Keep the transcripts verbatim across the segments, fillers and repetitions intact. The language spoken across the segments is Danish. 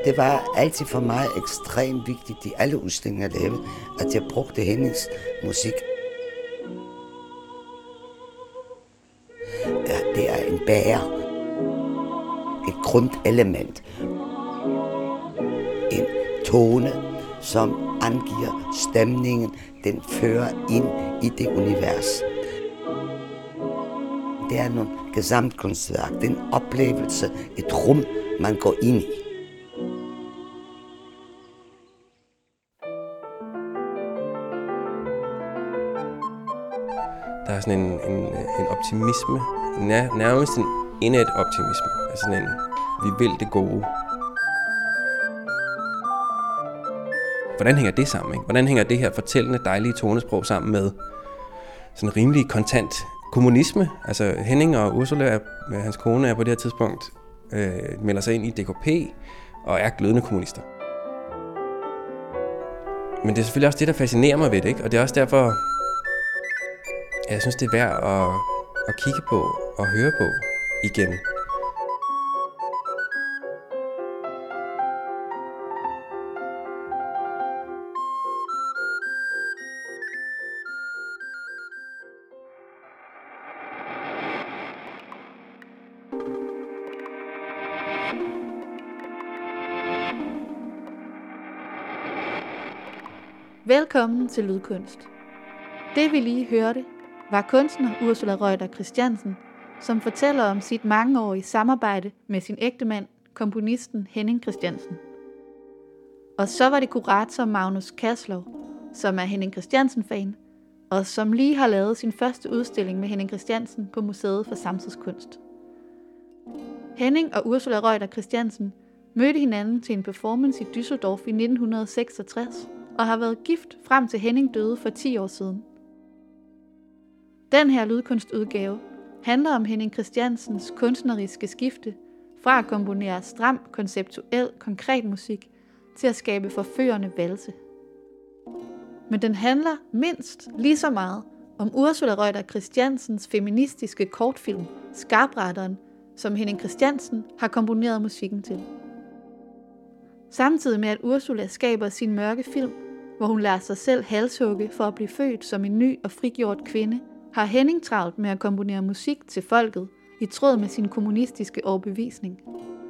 Det var altid for mig ekstremt vigtigt i alle udstillinger, jeg lavede, at jeg brugte Hennings musik. Ja, det er en bærer, et grundelement, en tone, som angiver stemningen, den fører ind i det univers. Det er nogle gesamtkunstværk, det er en oplevelse, et rum, man går ind i. Der er sådan en, en, en optimisme, nær, nærmest en indet optimisme, altså sådan en, vi vil det gode. Hvordan hænger det sammen, ikke? Hvordan hænger det her fortællende, dejlige tonesprog sammen med sådan rimelig kontant kommunisme? Altså Henning og Ursula, hans kone, er på det her tidspunkt, øh, melder sig ind i D K P og er glødende kommunister. Men det er selvfølgelig også det, der fascinerer mig ved det, ikke? Og det er også derfor, jeg synes, det er værd at, at kigge på og høre på igen. Velkommen til Lydkunst. Det vi lige hørte, var kunstner Ursula Reuter Christiansen, som fortæller om sit mangeårige samarbejde med sin ægtemand, komponisten Henning Christiansen. Og så var det kurator Magnus Kaslow, som er Henning Christiansen-fan, og som lige har lavet sin første udstilling med Henning Christiansen på Museet for Samtidskunst. Henning og Ursula Reuter Christiansen mødte hinanden til en performance i Düsseldorf i nitten seksogtres, og har været gift frem til Henning døde for ti år siden. Den her lydkunstudgave handler om Henning Christiansens kunstneriske skifte fra at komponere stram, konceptuel, konkret musik til at skabe forførende valse. Men den handler mindst lige så meget om Ursula Reuter Christiansens feministiske kortfilm Skarpretteren, som Henning Christiansen har komponeret musikken til. Samtidig med at Ursula skaber sin mørke film, hvor hun lader sig selv halshugge for at blive født som en ny og frigjort kvinde, har Henning travlt med at komponere musik til folket i tråd med sin kommunistiske overbevisning.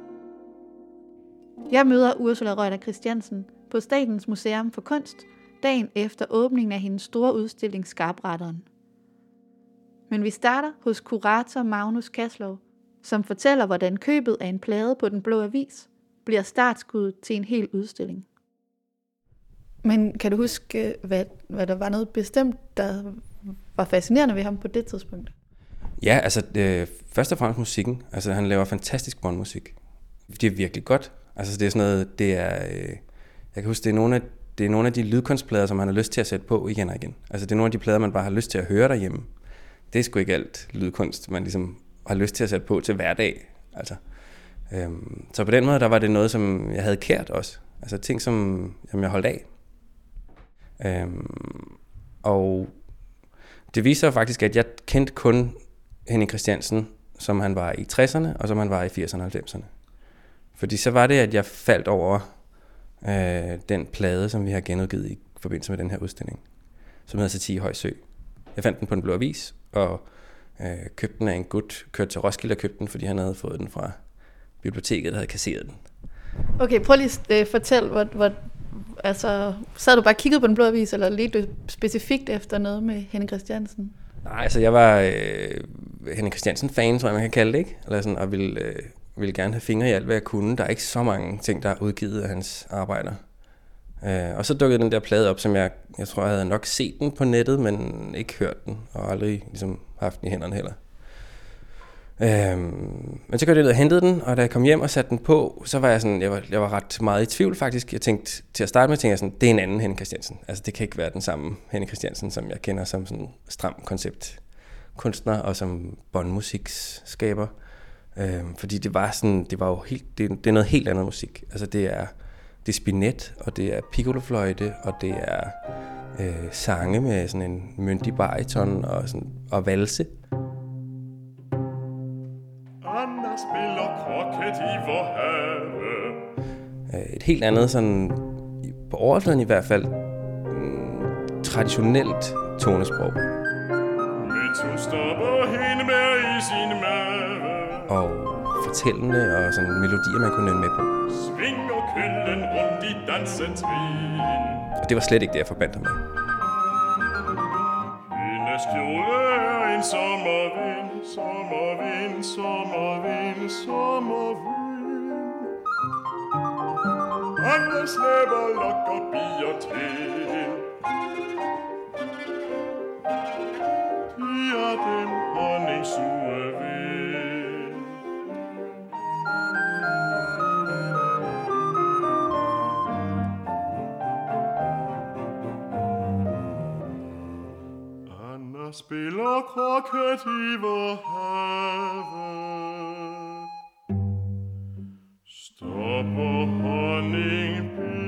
Jeg møder Ursula Reuter Christiansen på Statens Museum for Kunst dagen efter åbningen af hendes store udstilling Skarpretteren. Men vi starter hos kurator Magnus Kaslow, som fortæller, hvordan købet af en plade på Den Blå Avis bliver startskuddet til en hel udstilling. Men kan du huske, hvad, hvad der var noget bestemt, der var fascinerende ved ham på det tidspunkt? Ja, altså øh, først og fremmest musikken. Altså han laver fantastisk båndmusik. Det er virkelig godt. Altså det er sådan noget, det er, øh, jeg kan huske, det er nogle af, det er nogle af de lydkunstplader, som han har lyst til at sætte på igen og igen. Altså det er nogle af de plader, man bare har lyst til at høre derhjemme. Det er sgu ikke alt lydkunst, man ligesom har lyst til at sætte på til hverdag. Altså, øh, så på den måde, der var det noget, som jeg havde kært også. Altså ting, som, som jeg holdt af. Øhm, og det viser faktisk, at jeg kendte kun Henning Christiansen, som han var i tresserne, og som han var i firserne og halvfemserne. Fordi så var det, at jeg faldt over øh, den plade, som vi har genudgivet i forbindelse med den her udstilling, som hedder Satie i Høj Sø. Jeg fandt den på Den Blå Avis, og øh, købte den af en gut, kørte til Roskilde og købte den, fordi han havde fået den fra biblioteket, der havde kasseret den. Okay, prøv lige at uh, fortælle, hvor, hvor altså, sad du bare og kiggede på Den Blå Avis, eller ledte du specifikt efter noget med Henning Christiansen? Nej, altså jeg var øh, Henning Christiansen-fan, tror jeg man kan kalde det, ikke? Eller sådan, og ville, øh, ville gerne have fingre i alt, hvad jeg kunne. Der er ikke så mange ting, der er udgivet af hans arbejder. Øh, og så dukkede den der plade op, som jeg, jeg tror, jeg havde nok set den på nettet, men ikke hørt den, og aldrig ligesom haft den i hænderne heller. Øhm, men så gik jeg ned og hentede den, og da jeg kom hjem og satte den på, så var jeg sådan, jeg var, jeg var ret meget i tvivl faktisk. Jeg tænkte, til at starte med, tænkte jeg sådan, det er en anden Henning Christiansen. Altså det kan ikke være den samme Henning Christiansen, som jeg kender som sådan stram konceptkunstner og som båndmusikskaber. Øhm, fordi det var sådan, det var jo helt, det, det er noget helt andet musik. Altså det er, det er spinet, og det er piccolofløjte, og det er øh, sange med sådan en myndig bariton og, sådan, og valse. et helt andet, sådan, på overfladen i hvert fald, mm, traditionelt tonesprog. Og fortællende og sådan melodier, man kunne nynne med på. Svinger køllen rundt i dansetrin. Og det var slet ikke det, jeg forbandt ham med. Hendes kjole er en sommervind, sommervind, sommervind, sommervind. Andres læber lokker bier til. Piger den honningsure vind. Anna spiller kroket i vor have. Stopper honningbi.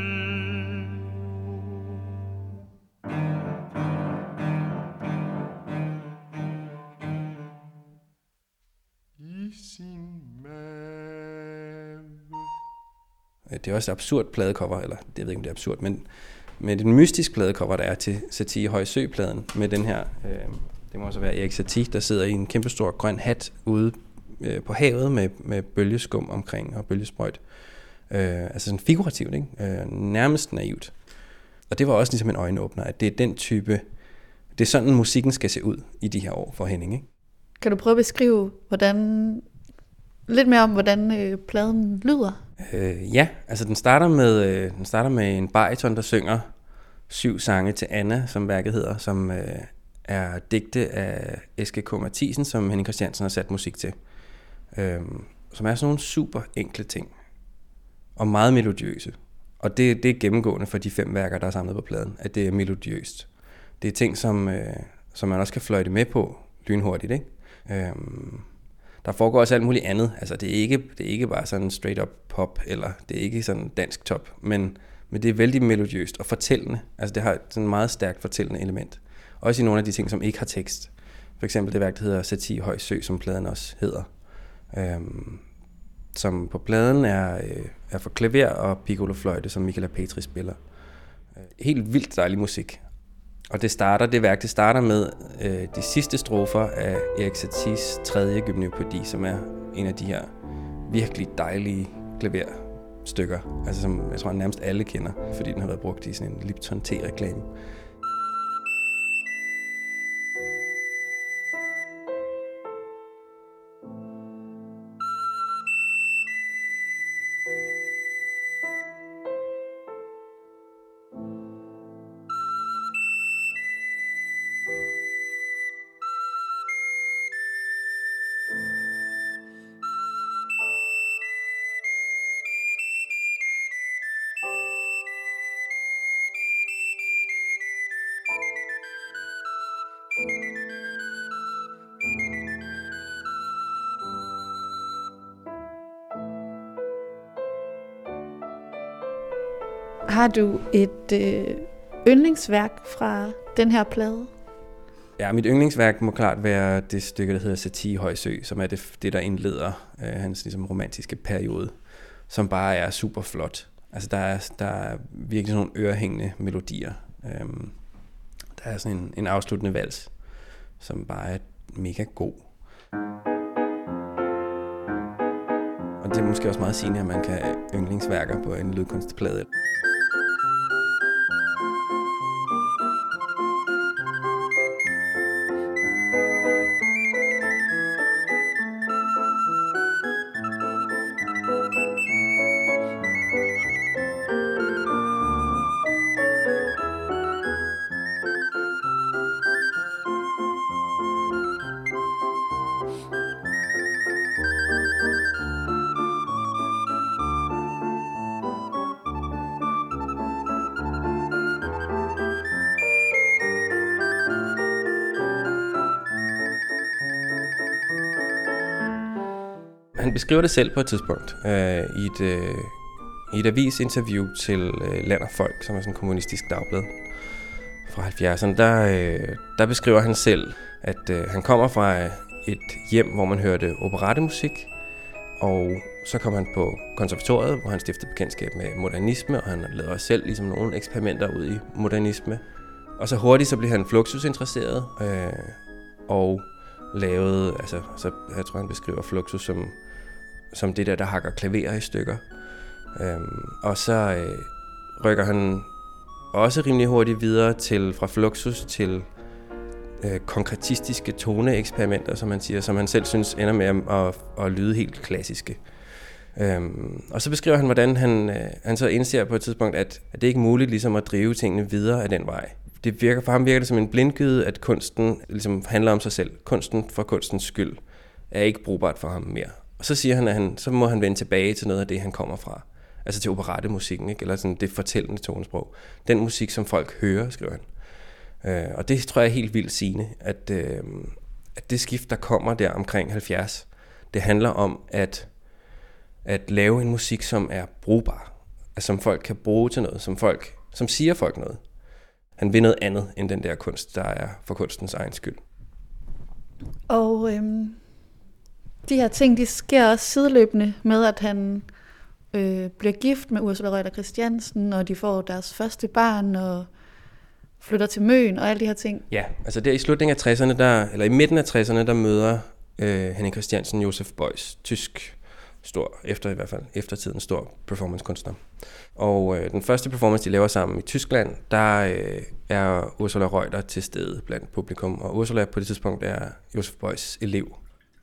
I sin mave. Det er også et absurd pladecover, eller det ved ikke, om det er absurd, men med den mystisk pladecover, der er til Satie Høje Sø-pladen, med den her, øh, det må også være Erik Satie, der sidder i en kæmpestor grøn hat ude øh, på havet med, med bølgeskum omkring og bølgesprøjt. Øh, altså sådan figurativt, ikke? Øh, nærmest naivt. Og det var også ligesom en øjenåbner, at det er den type, det er sådan musikken skal se ud i de her år for Henning, ikke? Kan du prøve at beskrive, hvordan, lidt mere om, hvordan øh, pladen lyder? Øh, ja, altså den starter med, øh, den starter med en bariton, der synger syv sange til Anna, som værket hedder, som øh, er digte af Eske K. Mathisen, som Henning Christiansen har sat musik til. Øh, som er sådan nogle super enkle ting, og meget melodiøse. Og det, det er gennemgående for de fem værker, der er samlet på pladen, at det er melodiøst. Det er ting, som, øh, som man også kan fløjte med på lynhurtigt, ikke? Øh, Der foregår også alt muligt andet. Altså, det er ikke, det er ikke bare sådan straight up pop, eller det er ikke sådan dansk top, men, men det er vældig melodiøst og fortællende. Altså, det har sådan et meget stærkt fortællende element. Også i nogle af de ting, som ikke har tekst. For eksempel det værk, der hedder Satie Høj Sø, som pladen også hedder. Øhm, som på pladen er, øh, er for klaver og piccolofløjte, som Michaela Petri spiller. Helt vildt dejlig musik. Og det starter, det værk, det starter med øh, de sidste strofer af Erik Saties tredje gymnopædi, som er en af de her virkelig dejlige klaverstykker, altså som jeg tror nærmest alle kender, fordi den har været brugt i sådan en Lipton te-reklame. Har du et øh, yndlingsværk fra den her plade? Ja, mit yndlingsværk må klart være det stykke, der hedder Satie Høj Sø, som er det, det der indleder øh, hans ligesom, romantiske periode, som bare er super flot. Altså, der er, der er virkelig nogle ørehængende melodier. Øhm, der er sådan en, en afsluttende vals, som bare er mega god. Og det er måske også meget sigende, at man kan have yndlingsværker på en lydkunstplade. Han beskriver det selv på et tidspunkt øh, i, et, øh, i et avisinterview til øh, Land og Folk, som er sådan en kommunistisk dagblad fra halvfjerdserne. Der, øh, der beskriver han selv, at øh, han kommer fra et hjem, hvor man hørte operettemusik, Og så kom han på konservatoriet, hvor han stiftede bekendtskab med modernisme, og han lavede også selv ligesom nogle eksperimenter ud i modernisme. Og så hurtigt så blev han Fluxus interesseret, øh, og lavede, altså, så jeg tror han beskriver Fluxus som, som det der, der hakker klaverer i stykker. Øhm, og så øh, rykker han også rimelig hurtigt videre til, fra Fluxus til øh, konkretistiske toneeksperimenter, som han siger, som han selv synes ender med at, at, at lyde helt klassiske. Øhm, og så beskriver han, hvordan han, øh, han så indser på et tidspunkt, at, at det ikke er muligt ligesom at drive tingene videre af den vej. Det virker, for ham virker det som en blindgyde, at kunsten ligesom handler om sig selv. Kunsten for kunstens skyld er ikke brugbart for ham mere. Og så siger han, at han, så må han vende tilbage til noget af det, han kommer fra. Altså til operettemusikken, ikke? Eller sådan det fortællende tonesprog. Den musik, som folk hører, skriver han. Øh, og det tror jeg er helt vildt sigende, at, øh, at det skift, der kommer der omkring halvfjerds, det handler om at, at lave en musik, som er brugbar. Altså som folk kan bruge til noget, som, folk, som siger folk noget. Han vil noget andet end den der kunst, der er for kunstens egen skyld. Og øhm, de her ting, de sker også sideløbende med, at han øh, bliver gift med Ursula Reuter Christiansen, og de får deres første barn, og flytter til Møn, og alle de her ting. Ja, altså der i slutningen af tresserne, der, eller i midten af tresserne, der møder øh, Henning Christiansen Josef Beuys, tysk stor, efter i hvert fald, eftertidens stor performancekunstner. Og øh, den første performance, de laver sammen i Tyskland, der øh, er Ursula Reuter til stede blandt publikum, og Ursula på det tidspunkt er Josef Beuys elev.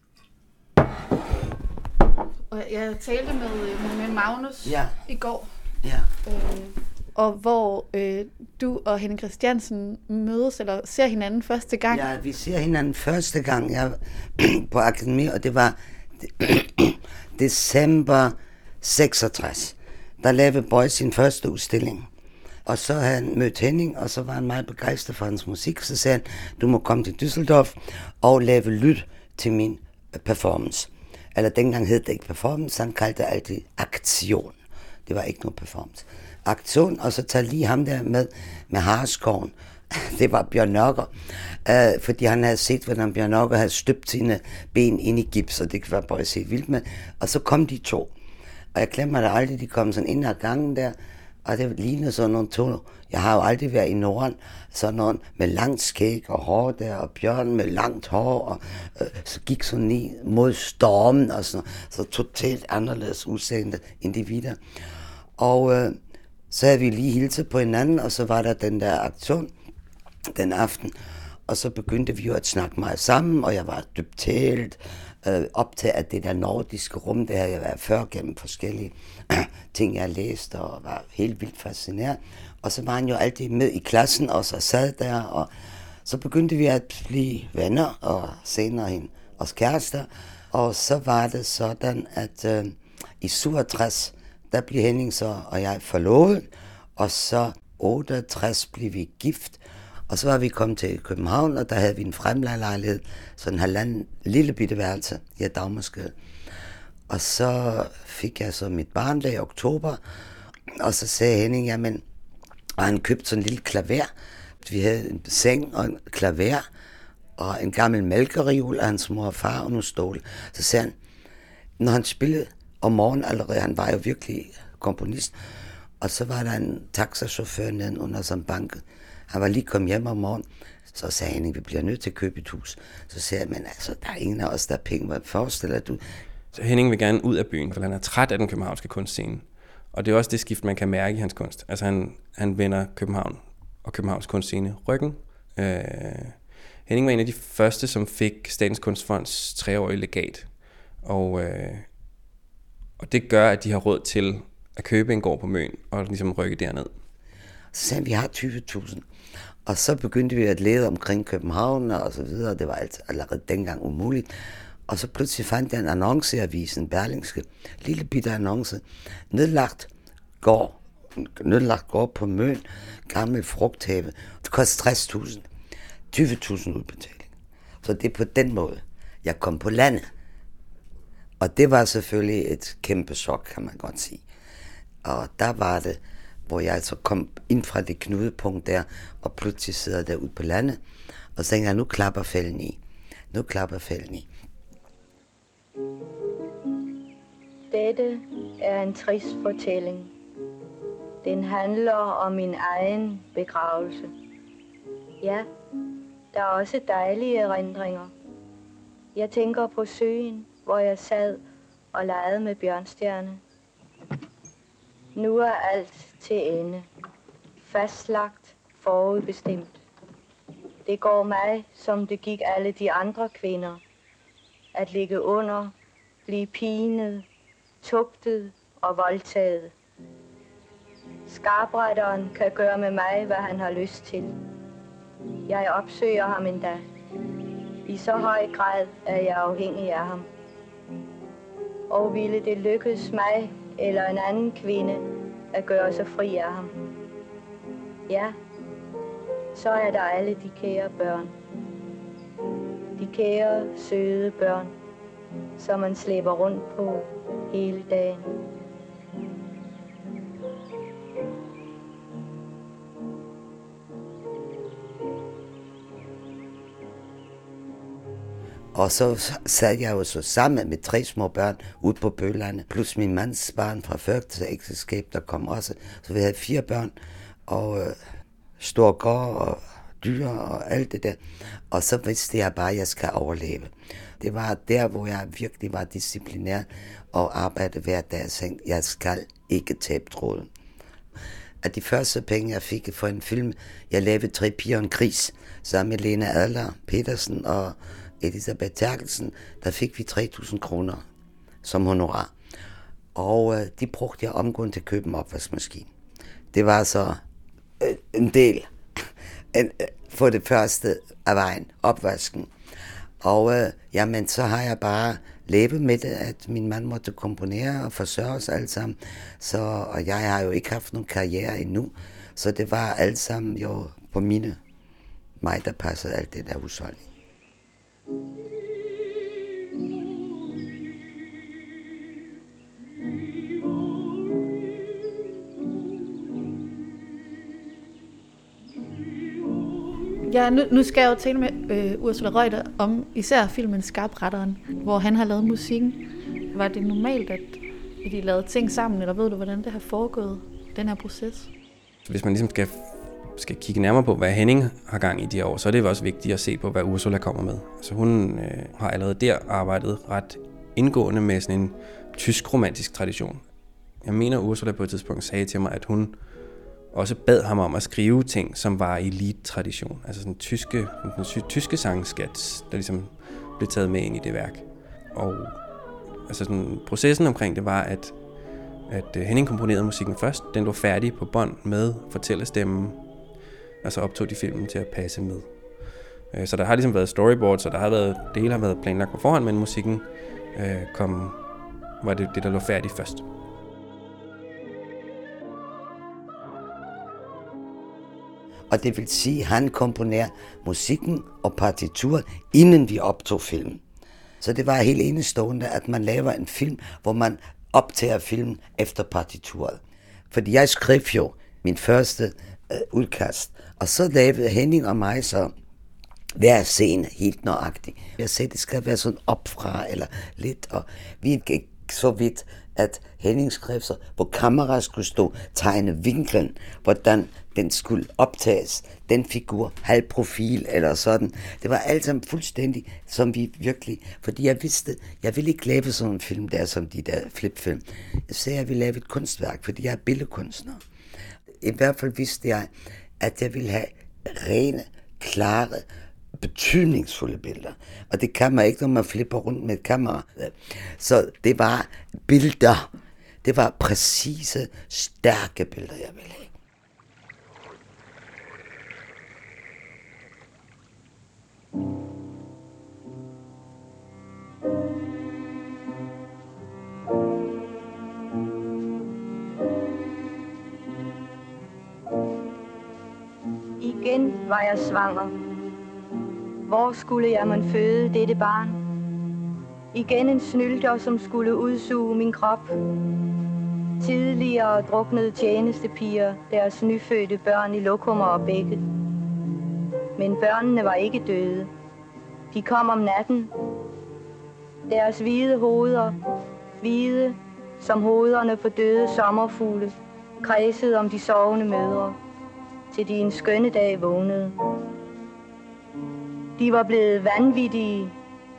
Og jeg talte med, med Magnus ja. i går, ja. øh, og hvor øh, du og Henning Christiansen mødes, eller ser hinanden første gang. Ja, vi ser hinanden første gang jeg, på akademi, og det var december seksogtres. Der lavede Beuys sin første udstilling. Og så havde han mødt Henning, og så var han meget begejstret for hans musik. Så sagde han, du må komme til Düsseldorf og lave lyd til min performance. Eller dengang hed det ikke performance, han kaldte det altid aktion. Det var ikke noget performance. Aktion, og så tager lige ham der med, med Hareskoven. Det var Bjørn Nørker, øh, fordi han havde set, hvordan Bjørn Nørker havde støbt sine ben ind i gips, og det var bare set vildt med. Og så kom de to, og jeg glemmer det aldrig, de kom sådan ind ad gangen der, og det lignede sådan nogle to. Jeg har jo aldrig været i Norden, sådan nogen med langt skæg og hår der, og Bjørn med langt hår, og øh, så gik sådan ned mod stormen, og sådan, så totalt anderledes udseende individer. Og øh, så havde vi lige hilset på hinanden, og så var der den der aktion den aften, og så begyndte vi jo at snakke meget sammen, og jeg var dybt talt øh, optaget af det der nordiske rum, det havde jeg været før gennem forskellige ting, jeg læste, og var helt vildt fascineret. Og så var han jo altid med i klassen, og så sad der, og så begyndte vi at blive venner, og senere hende os kærester, og så var det sådan, at øh, i syvogtres, der blev Henning så og jeg forlovet, og så otteogtres blev vi gift, og så var vi kommet til København, og der havde vi en fremlejlighed, sådan en halvanden lille bitte værelse i Dagmarsgade. Og så fik jeg så mit barn der i oktober, og så sagde Henning, jamen, og han købte sådan en lille klaver. Vi havde en seng og en klaver, og en gammel mælkereol af hans mor og far og nogle stole. Så sagde han, når han spillede om morgenen allerede, han var jo virkelig komponist, og så var der en taxachauffør nede under som banket. Han var lige kommet hjem om morgenen, så sagde han, vi bliver nødt til at købe et hus. Så sagde jeg, men altså, der er ingen af os, der er penge. Hvad forestiller du? Så Henning vil gerne ud af byen, for han er træt af den københavnske kunstscene. Og det er også det skift, man kan mærke i hans kunst. Altså han, han vender København og Københavns kunstscene ryggen. Øh, Henning var en af de første, som fik Statens Kunstfonds treårige legat. Og, øh, og det gør, at de har råd til at købe en gård på Møn og ligesom rykke derned. Så sagde han, vi har tyve tusind. Og så begyndte vi at lede omkring København og så videre. Det var altså allerede dengang umuligt. Og så pludselig fandt jeg en annonce i avisen, Berlingske. Lille bitte annonce. Nedlagt gård. Nedlagt gård på Møn. Gammel frugthave. Det koster tres tusind. tyve tusind udbetaling. Så det er på den måde, jeg kom på landet. Og det var selvfølgelig et kæmpe chok, kan man godt sige. Og der var det, hvor jeg altså kom ind fra det knudepunkt der, og pludselig sidder der ude på landet, og så tænker jeg, nu klapper fælden i. Nu klapper fælden i. Dette er en trist fortælling. Den handler om min egen begravelse. Ja, der er også dejlige erindringer. Jeg tænker på søen, hvor jeg sad og legede med Bjørnstjerne. Nu er alt til ende. Fastlagt, forudbestemt. Det går mig, som det gik alle de andre kvinder. At ligge under, blive pinet, tugtet og voldtaget. Skarpretteren kan gøre med mig, hvad han har lyst til. Jeg opsøger ham endda. I så høj grad er jeg afhængig af ham. Og ville det lykkes mig eller en anden kvinde at gøre sig fri af ham? Ja, så er der alle de kære børn. De kære, søde børn, som man slæber rundt på hele dagen. Og så sad jeg jo så sammen med tre små børn ude på bølgerne, plus min mands barn fra første ægteskab, der kom også. Så vi havde fire børn, og øh, stor gård og dyr og alt det der. Og så vidste jeg bare, at jeg skal overleve. Det var der, hvor jeg virkelig var disciplinær og arbejdede hver dag og tænkte, jeg skal ikke tabe tråden. Af de første penge, jeg fik for en film, jeg lavede Tre piger og en gris, sammen med Lena Adler Petersen og Elisabeth Terkelsen, der fik vi tre tusind kroner som honorar. Og øh, de brugte jeg omgående til at købe en opvaskemaskine. Det var så øh, en del en, øh, for det første af vejen, opvasken. Og øh, jamen, så har jeg bare levet med det, at min mand måtte komponere og forsørge os alle sammen. Så, og jeg har jo ikke haft nogen karriere endnu, så det var alt sammen jo på mine, mig, der passede alt det der husholdning. Ja, nu, nu skal jeg jo tale med øh, Ursula Reuter om især filmen Skarpretteren, hvor han har lavet musikken. Var det normalt, at I lavede ting sammen, eller ved du, hvordan det har foregået, den her proces? Hvis man ligesom skal, skal kigge nærmere på, hvad Henning har gang i de her år, så er det også vigtigt at se på, hvad Ursula kommer med. Altså hun øh, har allerede der arbejdet ret indgående med sådan en tysk romantisk tradition. Jeg mener, Ursula på et tidspunkt sagde til mig, at hun også bad ham om at skrive ting, som var i elite-tradition. Altså sådan tyske, den sy- tyske sangskat, der ligesom blev taget med ind i det værk. Og altså sådan, processen omkring det var, at, at Henning komponerede musikken først. Den lå færdig på bånd med fortællerstemmen, og så optog de filmen til at passe med. Så der har ligesom været storyboards, og der har været, det hele har været planlagt på forhånd, men musikken øh, kom, var det, det, der lå færdigt først. Og det vil sige, at han komponerer musikken og partituren, inden vi optog filmen. Så det var helt enestående, at man laver en film, hvor man optager filmen efter partituret. Fordi jeg skrev jo min første øh, udkast, og så lavede Henning og mig så hver scene helt nøjagtigt. Jeg sagde, det skal være sådan opfra eller lidt, og vi gik så vidt, at Henning skrev så, hvor kameraet skulle stå, tegne vinklen, hvordan den skulle optages, den figur, halv profil eller sådan. Det var alt sammen fuldstændig, som vi virkelig, fordi jeg vidste, jeg ville ikke lave sådan en film der, som de der flipfilm. Jeg sagde, at jeg ville lave et kunstværk, fordi jeg er billedkunstner. I hvert fald vidste jeg, at jeg ville have rene, klare, betydningsfulde billeder. Og det kan man ikke, når man flipper rundt med et kamera. Så det var billeder. Det var præcise, stærke billeder, jeg ville have. Igen var jeg svanger. Hvor skulle jeg man føde dette barn? Igen en snylter, som skulle udsuge min krop. Tidligere druknede tjenestepiger deres nyfødte børn i lokummer og bække. Men børnene var ikke døde. De kom om natten. Deres hvide hoveder, hvide som hovederne på døde sommerfugle, kredsede om de sovende mødre, til de en skønne dag vågnede. De var blevet vanvittige.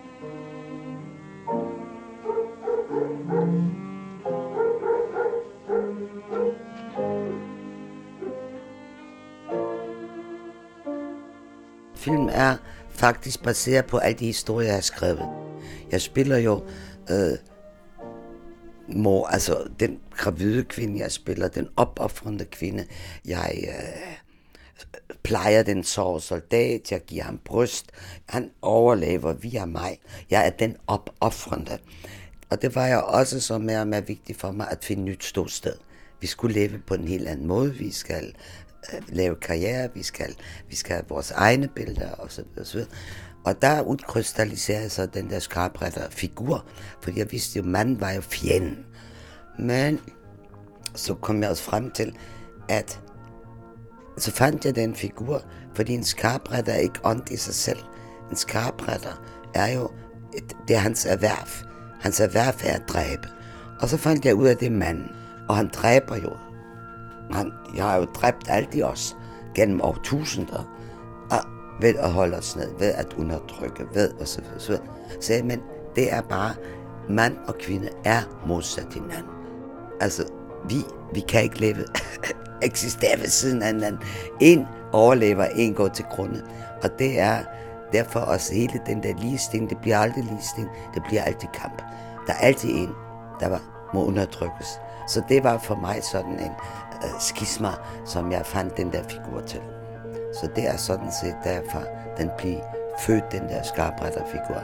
Film er faktisk baseret på alle de historier, jeg har skrevet. Jeg spiller jo øh, mor, altså den gravide kvinde, jeg spiller, den opoffrende kvinde. Jeg øh, plejer den sårede soldat, jeg giver ham bryst. Han overlever via mig. Jeg er den opoffrende. Og det var jeg også så mere og mere vigtigt for mig at finde nyt ståsted. Vi skulle leve på en helt anden måde. Vi skal øh, lave karriere, vi skal, vi skal have vores egne billeder osv. osv. Og der udkrystalliserede sig den der skarpretter figur, fordi jeg vidste jo, at manden var jo fjenden. Men så kom jeg også frem til, at så fandt jeg den figur, fordi en skarpretter er ikke ondt i sig selv. En skarpretter er jo, det er hans erhverv. Hans erhverv er at dræbe. Og så fandt jeg ud af, det manden, og han dræber jo. Han, jeg har jo dræbt alt i os gennem årtusinder. Og ved at holde os ned, ved at undertrykke, ved og så videre. Så, så men det er bare, mand og kvinde er modsat hinanden. Altså, vi, vi kan ikke leve, eksistere ved siden af hinanden. En overlever, en går til grunde. Og det er derfor også hele den der ligestilling, det bliver aldrig ligestilling, det bliver altid kamp. Der er altid en, der var, må undertrykkes. Så det var for mig sådan en uh, skisma, som jeg fandt den der figur til. Så det er sådan set derfor, den blev født, den der skarpretterfigur.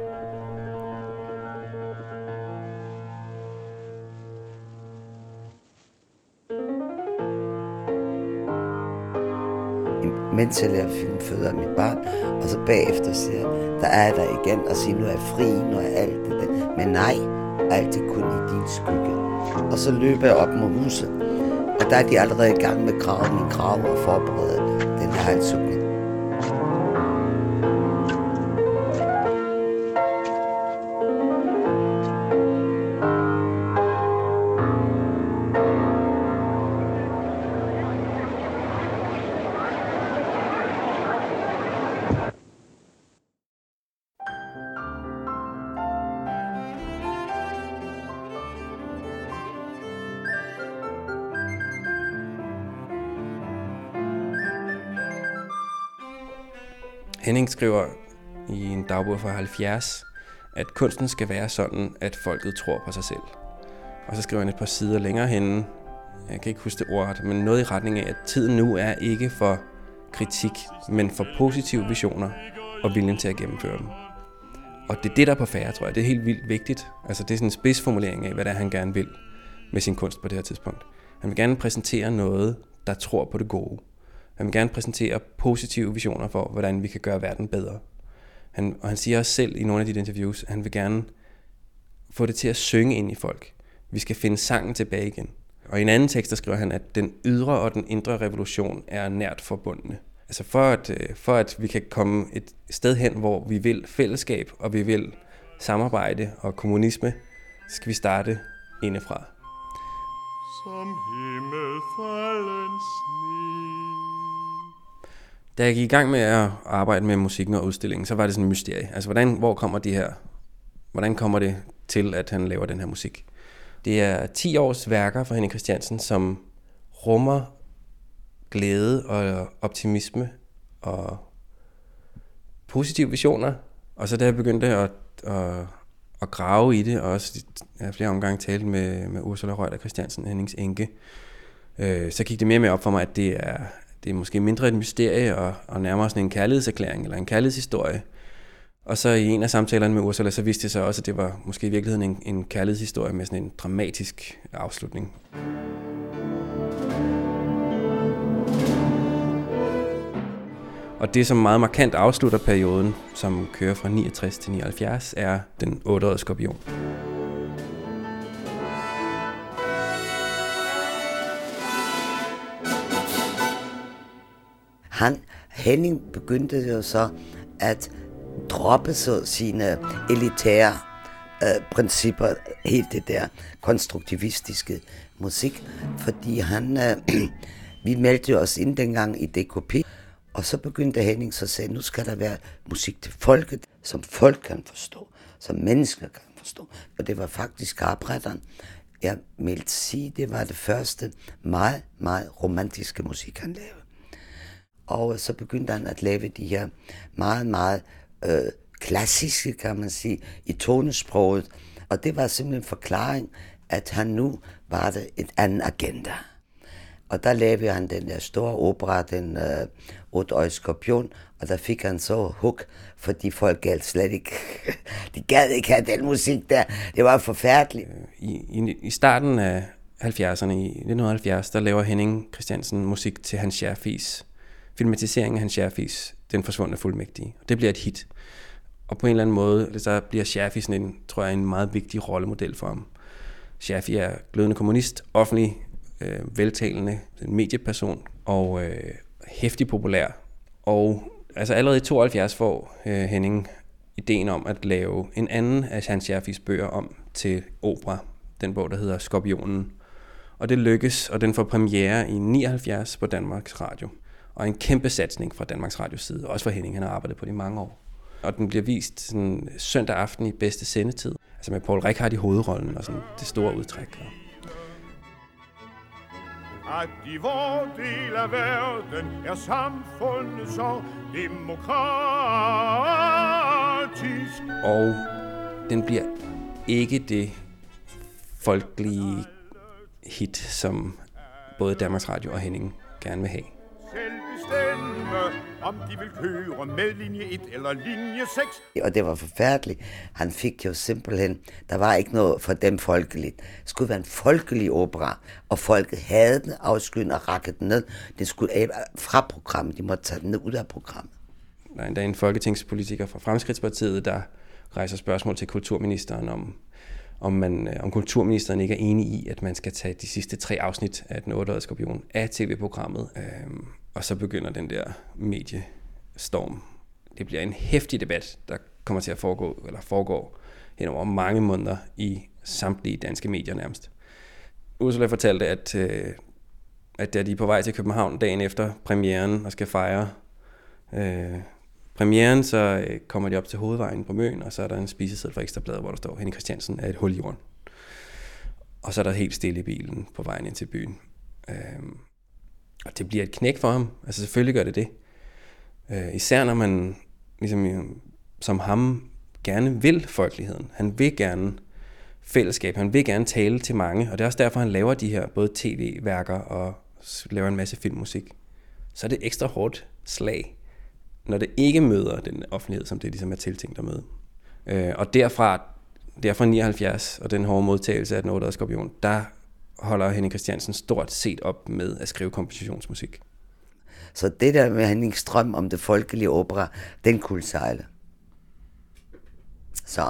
Mens jeg laver film, føder mit barn, og så bagefter siger jeg, der er jeg der igen, og siger, nu er jeg fri, nu er alt det der. Men nej, alt er kun i din skygge. Og så løber jeg op mod huset, og der er de allerede i gang med grave, min grave og forberede den her halshugning. Henning skriver i en dagbog fra halvfjerds, at kunsten skal være sådan, at folket tror på sig selv. Og så skriver han et par sider længere henne, jeg kan ikke huske det ordet, men noget i retning af, at tiden nu er ikke for kritik, men for positive visioner og viljen til at gennemføre dem. Og det er det, der er på færre, tror jeg. Det er helt vildt vigtigt. Altså det er sådan en spidsformulering af, hvad det er, han gerne vil med sin kunst på det her tidspunkt. Han vil gerne præsentere noget, der tror på det gode. Han vil gerne præsentere positive visioner for, hvordan vi kan gøre verden bedre. Han, og han siger også selv i nogle af de interviews, at han vil gerne få det til at synge ind i folk. Vi skal finde sangen tilbage igen. Og i en anden tekst, der skriver han, at den ydre og den indre revolution er nært forbundne. Altså for at, for at vi kan komme et sted hen, hvor vi vil fællesskab, og vi vil samarbejde og kommunisme, så skal vi starte indefra. Som himmelfalden sne. Da jeg gik i gang med at arbejde med musikken og udstillingen, så var det sådan en mysterie. Altså, hvordan, hvor kommer de her, hvordan kommer det til, at han laver den her musik? Det er ti års værker fra Henning Christiansen, som rummer glæde og optimisme og positive visioner. Og så da jeg begyndte at, at, at grave i det, og også jeg har flere omgange talt med, med Ursula Reuter Christiansen, Hennings enke, øh, så gik det mere og mere op for mig, at det er, det er måske mindre et mysterie og, og nærmere sådan en kærlighedserklæring eller en kærlighedshistorie. Og så i en af samtalerne med Ursula, så vidste jeg så også, at det var måske i virkeligheden en, en kærlighedshistorie med sådan en dramatisk afslutning. Og det, som meget markant afslutter perioden, som kører fra niogtres til nioghalvfjerds, er den otteårige skorpion. Han, Henning begyndte jo så at droppe så sine elitære øh, principper, helt det der konstruktivistiske musik, fordi han, øh, vi meldte os ind dengang i D K P, og så begyndte Henning så at sige, nu skal der være musik til folket, som folk kan forstå, som mennesker kan forstå. Og det var faktisk arbejderen, jeg vil sige, det var det første meget, meget romantiske musik, han lavede. Og så begyndte han at lave de her meget, meget øh, klassiske, kan man sige, i tonesproget. Og det var simpelthen en forklaring, at han nu var det et andet agenda. Og der lavede han den der store opera, den øh, otteøjede skorpion, og der fik han så hug, fordi folk gad slet ikke, de gad ikke have den musik der. Det var forfærdeligt. I, i, i starten af halvfjerdserne, i nitten halvfjerds, der laver Henning Christiansen musik til Hans Scherfies filmatisering af Hans Scherfies Den forsvundne fuldmægtige. Det bliver et hit. Og på en eller anden måde, så bliver Scherfie sådan en, tror jeg, en meget vigtig rollemodel for ham. Scherfie er glødende kommunist, offentlig, øh, veltalende, en medieperson og øh, hæftig populær. Og altså allerede i tooghalvfjerds får øh, Henning ideen om at lave en anden af Hans Scherfies bøger om til opera. Den bog, der hedder Skorpionen. Og det lykkes, og den får premiere i nioghalvfjerds på Danmarks Radio. Og en kæmpe satsning fra Danmarks Radios side, også for Henning, han har arbejdet på det i mange år. Og den bliver vist sådan søndag aften i bedste sendetid, altså med Paul Rickard i hovedrollen og sådan det store udtræk. At i vor del af verden er samfundet så demokratisk. Og den bliver ikke det folkelige hit, som både Danmarks Radio og Henning gerne vil have. Selv bestemme, om de vil køre med linje et eller linje seks. Og det var forfærdeligt. Han fik jo simpelthen, der var ikke noget for dem folkeligt. Det skulle være en folkelig opera, og folket havde den, afskyen og rakket den ned. Det skulle fra programmet, de måtte tage den ned ud af programmet. Der er endda en folketingspolitiker fra Fremskridtspartiet, der rejser spørgsmål til kulturministeren om, om, man, om kulturministeren ikke er enig i, at man skal tage de sidste tre afsnit af Den otteøjede skorpion af tv-programmet. Øhm, og så begynder den der mediestorm. Det bliver en heftig debat, der kommer til at foregå, eller foregår hen over mange måneder i samtlige danske medier nærmest. Ursula fortalte, at, øh, at da de er på vej til København dagen efter premieren og skal fejre øh, premieren, så øh, kommer de op til Hovedvejen på Møn, og så er der en spiseseddel fra Ekstra Bladet, hvor der står, Henning Christiansen er et hul i jorden. Og så er der helt stille i bilen på vejen ind til byen. Øh, og det bliver et knæk for ham. Altså selvfølgelig gør det det. Øh, især når man ligesom, som ham gerne vil folkeligheden. Han vil gerne fællesskab. Han vil gerne tale til mange. Og det er også derfor, han laver de her både tv-værker og laver en masse filmmusik. Så er det ekstra hårdt slag, når det ikke møder den offentlighed, som det ligesom er tiltænkt at møde. Øh, og derfra, derfra nioghalvfjerds og den hårde modtagelse af Den otteøjede skorpion, der holder Henning Christiansen stort set op med at skrive kompositionsmusik. Så det der med Hennings drøm om det folkelige opera, den kunne sejle. Så.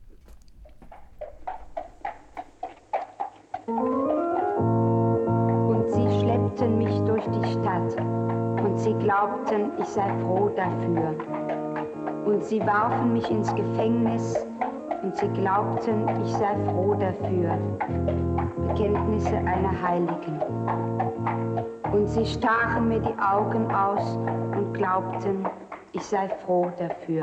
Und sie schleppten mich durch die Stadt, und sie glaubten, ich sei froh dafür. Und sie warfen mich ins Gefängnis, und sie glaubten, ich sei froh dafür. Bekenntnisse einer Heiligen. Und sie stachen mir die Augen aus und glaubten, ich sei froh dafür.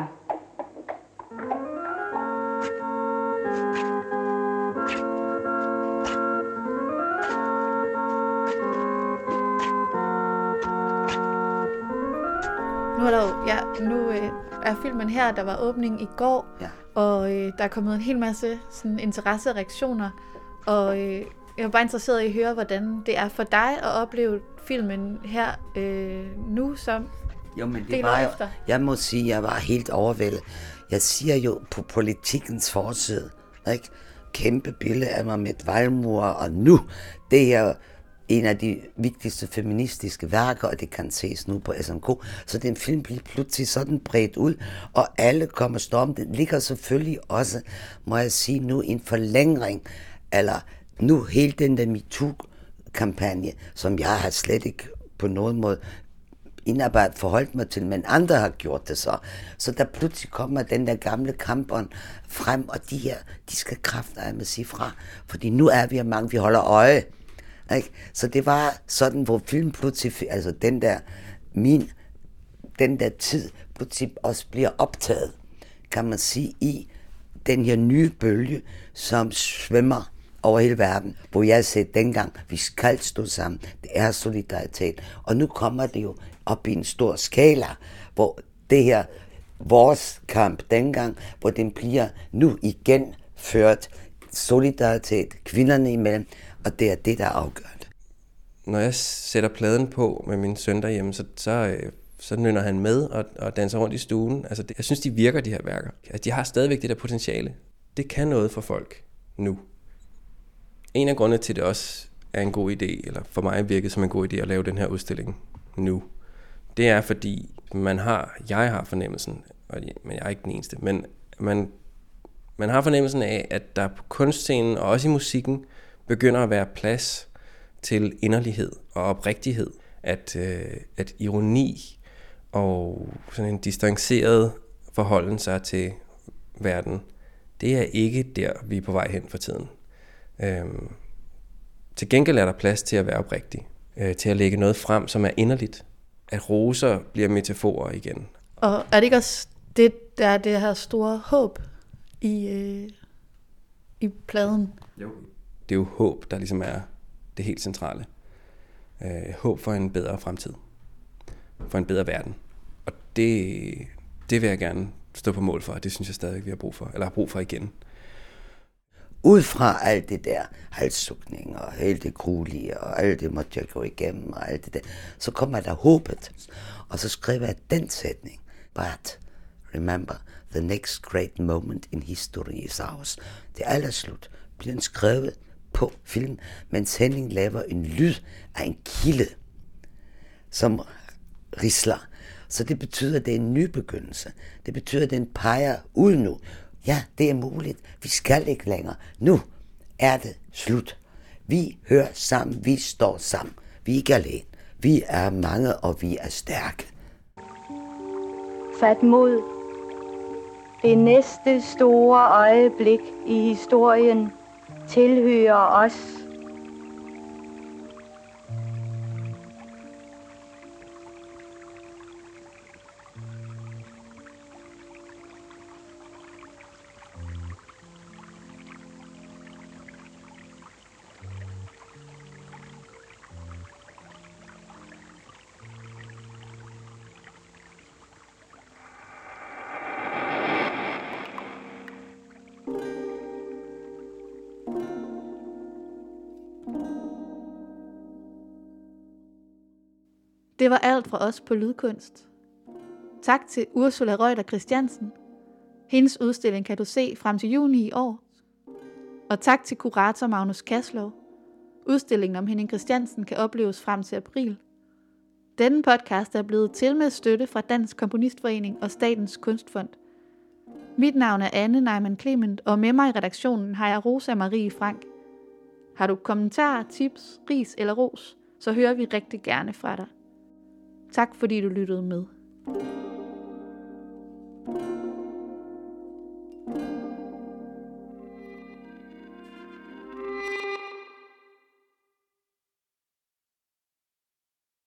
Nu er der jo, ja, nu øh, er filmen her, der var åbning i går, Ja. og øh, der er kommet en hel masse sådan, interesse og reaktioner, og øh, jeg er bare interesseret i at høre, hvordan det er for dig at opleve filmen her øh, nu som Jo, men det del var jo, efter. jeg må sige, at jeg var helt overvældet. Jeg siger jo på Politikens forside, ikke? Kæmpe billede af mig med et valmur, og nu, det er en af de vigtigste feministiske værker, og det kan ses nu på S M K. Så den film bliver pludselig sådan bredt ud, og alle kommer storm. Det ligger selvfølgelig også, må jeg sige nu, en forlængring, eller nu hele den der MeToo-kampagne, som jeg har slet ikke på nogen måde indarbejdet forholdt mig til, men andre har gjort det så. Så der pludselig kommer den der gamle kampånd frem, og de her, de skal kraftedeme sige fra, fordi nu er vi mange, vi holder øje. Ikke? Så det var sådan, hvor film pludselig, altså den der, min, den der tid pludselig også bliver optaget, kan man sige, i den her nye bølge, som svømmer over hele verden, hvor jeg sagde dengang, vi skal stå sammen, det er solidaritet. Og nu kommer det jo op i en stor skala, hvor det her, vores kamp dengang, hvor den bliver nu igen ført solidaritet kvinderne imellem, og det er det, der er afgørende. Når jeg sætter pladen på med min søn derhjemme, så, så, så nynner han med og, og danser rundt i stuen. Altså, det, jeg synes, de virker, de her værker. At de har stadigvæk det der potentiale. Det kan noget for folk nu. En af grundene til, det også er en god idé, eller for mig virkede som en god idé at lave den her udstilling nu, det er fordi, man har, jeg har fornemmelsen, men jeg er ikke den eneste, men man, man har fornemmelsen af, at der på kunstscenen og også i musikken begynder at være plads til inderlighed og oprigtighed. At, øh, at ironi og sådan en distanceret forholden sig til verden, det er ikke der, vi er på vej hen for tiden. Øhm, til gengæld er der plads til at være oprigtig, øh, til at lægge noget frem, som er inderligt. At roser bliver metaforer igen. Og er det ikke også det, der er det her store håb i, øh, i pladen? Jo. Det er jo håb, der ligesom er det helt centrale. Øh, håb for en bedre fremtid. For en bedre verden. Og det, det vil jeg gerne stå på mål for, og det synes jeg stadig, vi har brug for, eller har brug for igen. Ud fra alt det der halssugning og alt det gruelige og alt det måtte jeg gå igennem og alt det der, så kommer der håbet. Og så skriver jeg den sætning. But remember, the next great moment in history is ours. Det er aldrig slut. Bliver skrevet på film, mens Henning laver en lyd af en kilde, som risler. Så det betyder, at det er en ny begyndelse. Det betyder, at den peger ud nu. Ja, det er muligt. Vi skal ikke længere. Nu er det slut. Vi hører sammen. Vi står sammen. Vi er ikke alene. Vi er mange, og vi er stærke. Fat mod. Det næste store øjeblik i historien tilhører os. Det var alt fra os på Lydkunst. Tak til Ursula Reuter Christiansen. Hendes udstilling kan du se frem til juni i år. Og tak til kurator Magnus Kaslov. Udstillingen om Henning Christiansen kan opleves frem til april. Denne podcast er blevet til med støtte fra Dansk Komponistforening og Statens Kunstfond. Mit navn er Anne Neumann Clement, og med mig i redaktionen har jeg Rosa Marie Frank. Har du kommentarer, tips, ris eller ros, så hører vi rigtig gerne fra dig. Tak fordi du lyttede med.